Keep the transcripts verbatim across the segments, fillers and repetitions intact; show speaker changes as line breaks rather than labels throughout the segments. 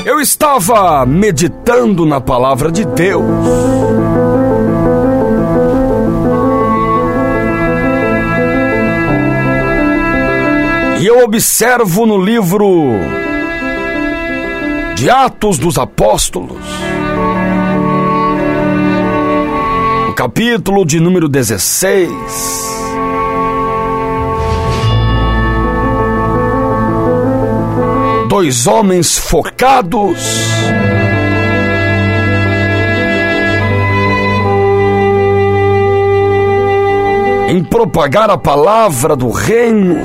Eu estava meditando na palavra de Deus e eu observo no livro de Atos dos Apóstolos, no capítulo de número dezesseis, dois homens focados em propagar a palavra do reino,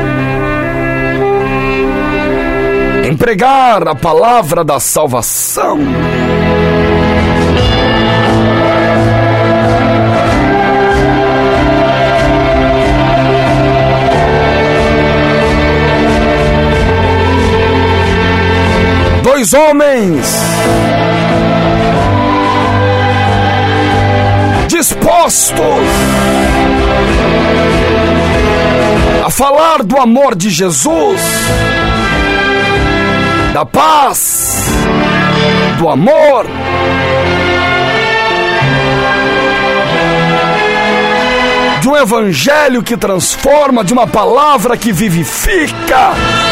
em pregar a palavra da salvação. Dois homens dispostos a falar do amor de Jesus, da paz, do amor, de um evangelho que transforma, de uma palavra que vivifica.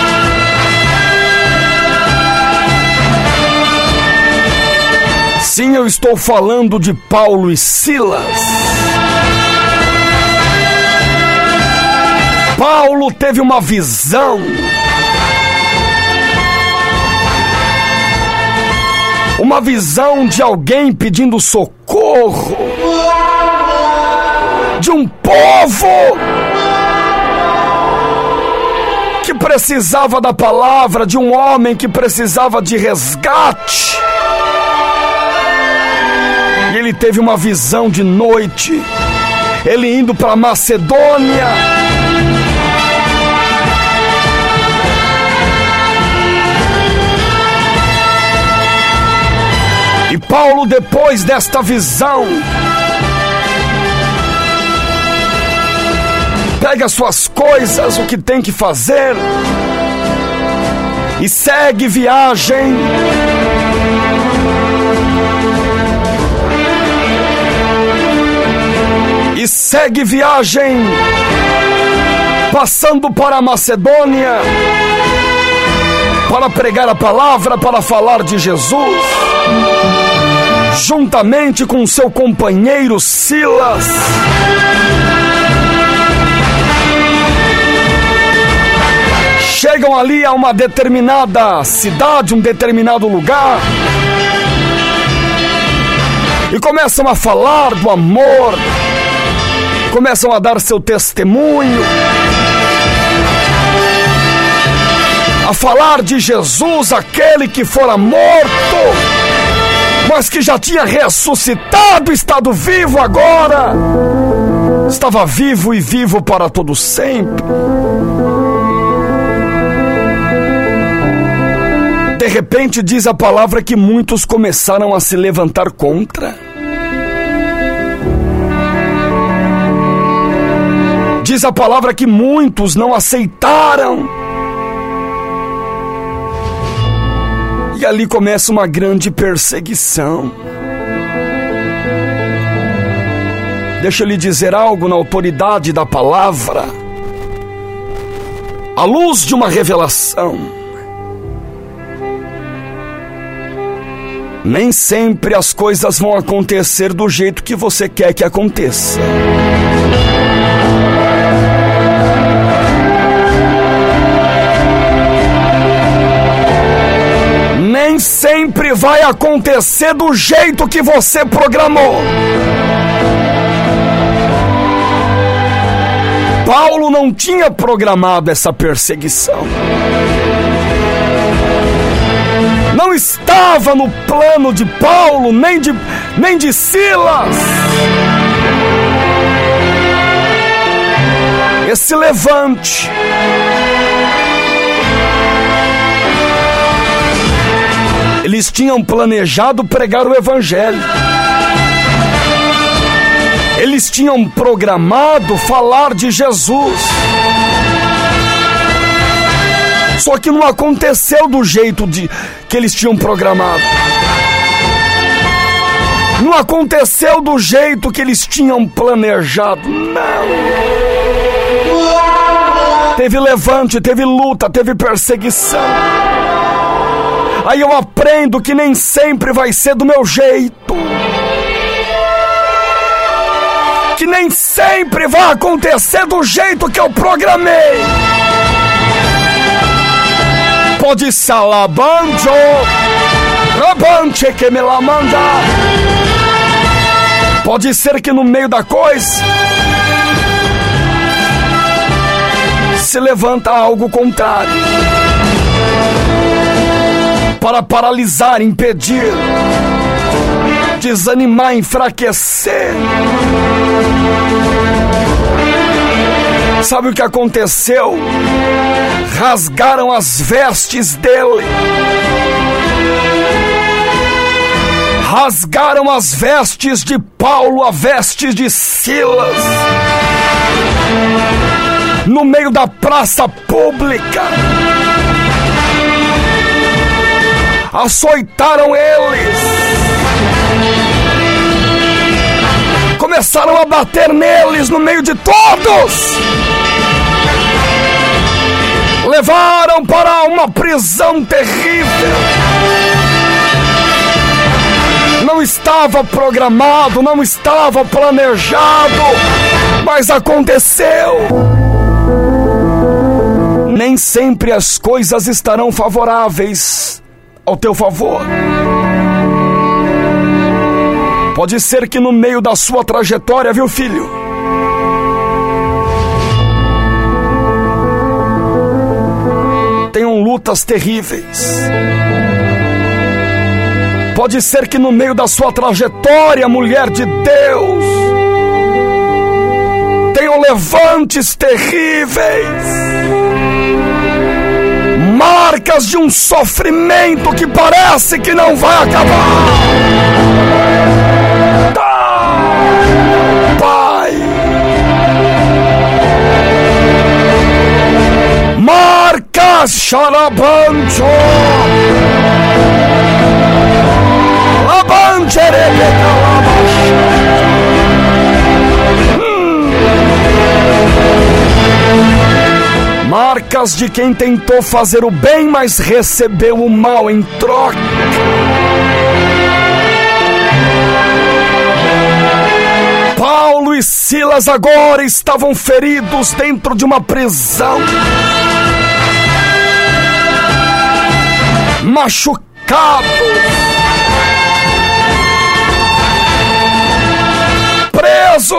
Sim, eu estou falando de Paulo e Silas. Paulo teve uma visão. Uma visão de alguém pedindo socorro, de um povo que precisava da palavra, de um homem que precisava de resgate. E ele teve uma visão de noite, ele indo para Macedônia. E Paulo, depois desta visão, pega suas coisas, o que tem que fazer, e segue viagem. E segue viagem, passando para a Macedônia, para pregar a palavra, para falar de Jesus, juntamente com seu companheiro Silas. Chegam ali a uma determinada cidade, um determinado lugar, e começam a falar do amor, começam a dar seu testemunho, a falar de Jesus, aquele que fora morto, mas que já tinha ressuscitado, estado vivo agora, estava vivo e vivo para todo sempre. De repente diz a palavra que muitos começaram a se levantar contra. Diz a palavra que muitos não aceitaram. E ali começa uma grande perseguição. Deixa eu lhe dizer algo na autoridade da palavra, à luz de uma revelação. Nem sempre as coisas vão acontecer do jeito que você quer que aconteça. Nem sempre vai acontecer do jeito que você programou. Paulo não tinha programado essa perseguição. Não estava no plano de Paulo, nem de, nem de Silas. Esse levante. Eles tinham planejado pregar o evangelho. Eles tinham programado falar de Jesus. Só que não aconteceu do jeito de, que eles tinham programado. Não aconteceu do jeito que eles tinham planejado. Não. Teve levante, teve luta, teve perseguição. Aí eu aprendo que nem sempre vai ser do meu jeito. Que nem sempre vai acontecer do jeito que eu programei. Pode ser alabanjo, rabante que me la manda. Pode ser que no meio da coisa se levanta algo contrário para paralisar, impedir, desanimar, enfraquecer. Sabe o que aconteceu? Rasgaram as vestes dele. Rasgaram as vestes de Paulo, as vestes de Silas, no meio da praça pública. Açoitaram eles. Começaram a bater neles no meio de todos. Levaram para uma prisão terrível. Não estava programado, não estava planejado, mas aconteceu. Nem sempre as coisas estarão favoráveis ao teu favor. Pode ser que no meio da sua trajetória, viu, filho? Tenham lutas terríveis. Pode ser que no meio da sua trajetória, mulher de Deus, tenham levantes terríveis, marcas de um sofrimento que parece que não vai acabar. Pai, marcas, xarabancho, marcas de quem tentou fazer o bem, mas recebeu o mal em troca. Paulo e Silas agora estavam feridos dentro de uma prisão, machucados, presos.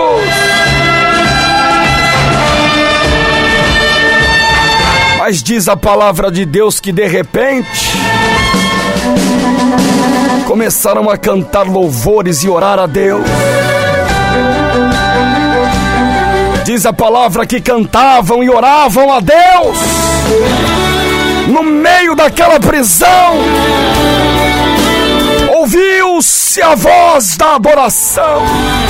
Mas diz a palavra de Deus que de repente começaram a cantar louvores e orar a Deus. Diz a palavra que cantavam e oravam a Deus no meio daquela prisão. Ouviu-se a voz da adoração.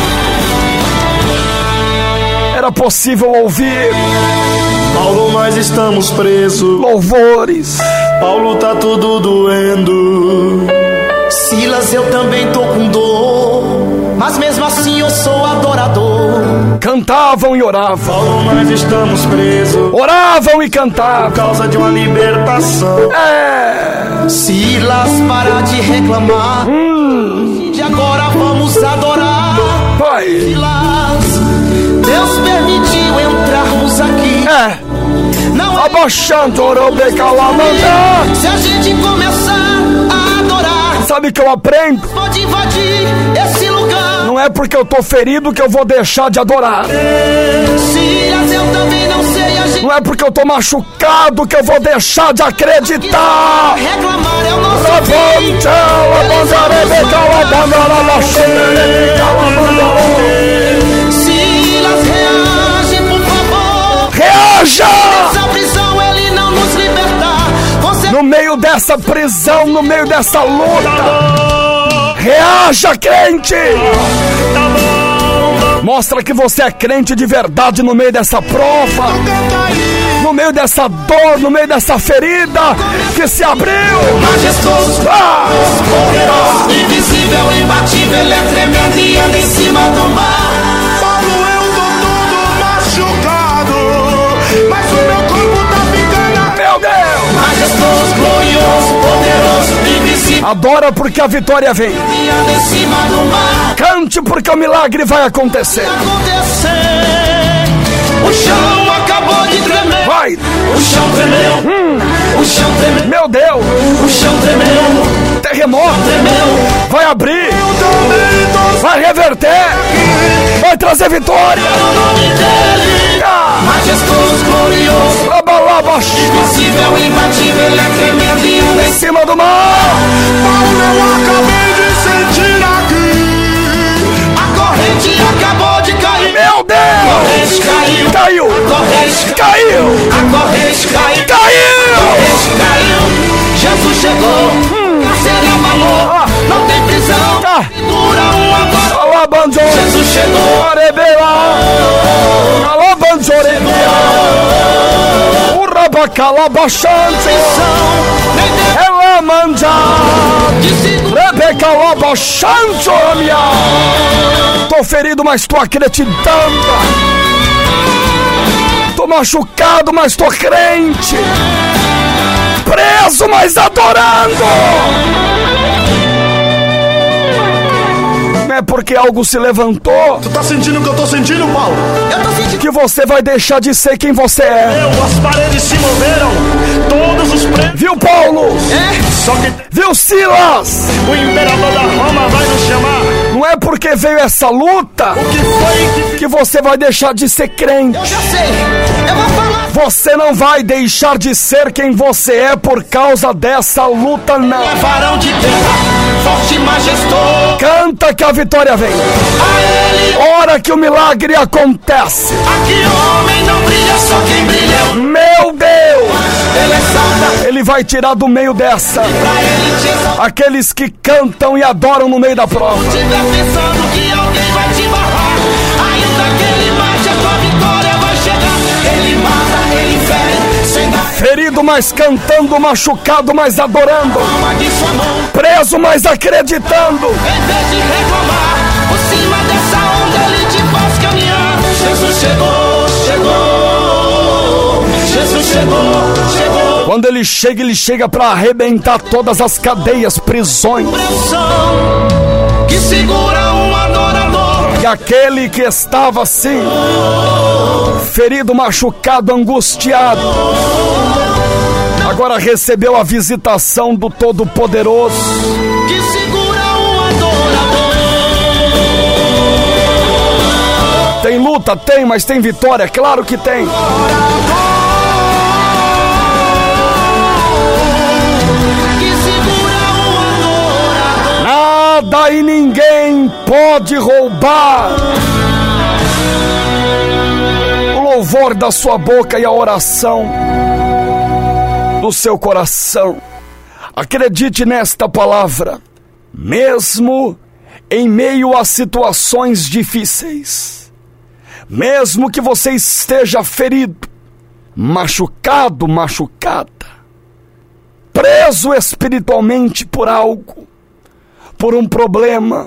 Era possível ouvir:
Paulo, nós estamos presos.
Louvores.
Paulo, tá tudo doendo.
Silas, eu também tô com dor, mas mesmo assim eu sou adorador.
Cantavam e oravam.
Paulo, nós estamos presos.
Oravam e cantavam
por causa de uma libertação.
É.
Silas, para de reclamar.
Hum.
De agora vamos adorar.
Pai.
Silas, Deus permitiu entrarmos aqui.
É.
Não é
abaixando orobecalamanda.
Se a gente começar a adorar,
sabe o que eu aprendo?
Pode invadir esse lugar.
Não é porque eu tô ferido que eu vou deixar de adorar.
Silas, eu também não sei. A gente...
Não é porque eu tô machucado que eu vou deixar de acreditar.
Reclamar é o nosso
fim.
Silas, reage, por favor.
Reaja!
Nessa prisão ele não nos libertar. Você...
No meio dessa prisão, no meio dessa luta, reaja, crente! Mostra que você é crente de verdade no meio dessa prova. no meio dessa dor, no meio dessa ferida que se abriu.
Majestoso,
Ah!
poderoso, invisível, imbatível, ele é tremendo e anda em cima do mar.
Paulo, eu tô todo machucado, mas o meu corpo tá ficando.
Meu Deus!
Majestoso, glorioso, poderoso, invisível,
Adora porque a vitória vem.
e anda em cima do mar.
Cante porque o milagre vai acontecer.
Acontecer, o chão acabou de tremer.
Vai!
O chão tremeu,
Hum,
o chão tremeu,
meu Deus!
o chão tremeu,
Terremoto!
tremeu.
Vai abrir! Vai reverter! Vai trazer vitória!
O nome dele,
Ah!
majestoso, glorioso,
Labalaba,
invisível, imbatível, ele é tremendo e anda
em
em
cima do mar!
Paulo, eu acabei de sentir aqui.
A corrente acabou de cair.
Meu
A
Deus!
corrente caiu.
Caiu!
A corrente caiu.
Caiu!
A corrente caiu. A
Caiu!
corrente caiu. Jesus chegou. Carcereiro abalou.
Ah.
Não tem prisão.
Ah.
Segura um agora.
Alabanzou!
Jesus chegou.
Arebela! Alabanzore! Urabacalabachante!
Nem tem
Ela manja!
de segura.
Rebeca Labachante, minha! Tô ferido, mas tô acreditando! Tô machucado, mas tô crente! Preso, mas adorando! Não é porque algo se levantou
Tu tá sentindo o que eu tô sentindo, Paulo?
Eu tô sentindo.
que você vai deixar de ser quem você é.
Eu, as paredes se moveram, todos os presos.
Viu, Paulo?
Só que
Viu, Silas?
o imperador da Roma vai nos chamar.
Não é porque veio essa luta
O que foi que
que você vai deixar de ser crente.
Eu já sei. Eu vou falar.
Você não vai deixar de ser quem você é por causa dessa luta, não.
É varão de guerra, forte e majestoso.
Canta que a vitória vem.
A ele,
Hora que o milagre acontece.
aqui o homem não brilha, só quem brilha é o.
Meu Deus!
Ele exalta,
Ele vai tirar do meio dessa
pra ele te exaltar.
aqueles que cantam e adoram no meio da prova.
Tiver pensando que alguém vai te barrar, ainda que ele mate, a tua vitória vai chegar. Ele mata, ele fere, sem dar
Ferido, mas cantando, machucado, mas adorando.
palma de sua mão.
Preso, mas acreditando.
Em vez de reclamar, por cima dessa onda ele te faz caminhar. Jesus chegou, chegou. Jesus chegou, chegou.
Quando ele chega, ele chega para arrebentar todas as cadeias, prisões.
Pressão que segura um adorador.
E aquele que estava assim, ferido, machucado, angustiado, agora recebeu a visitação do Todo-Poderoso.
Que segura um adorador.
Tem luta? Tem, mas tem vitória? Claro que tem.
Que segura um adorador.
Nada e ninguém pode roubar o louvor da sua boca e a oração do seu coração. Acredite nesta palavra, mesmo em meio a situações difíceis, mesmo que você esteja ferido, machucado, machucada, preso espiritualmente por algo, por um problema,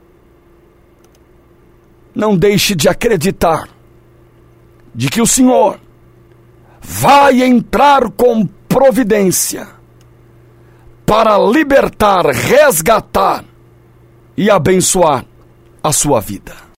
não deixe de acreditar de que o Senhor vai entrar com providência para libertar, resgatar e abençoar a sua vida.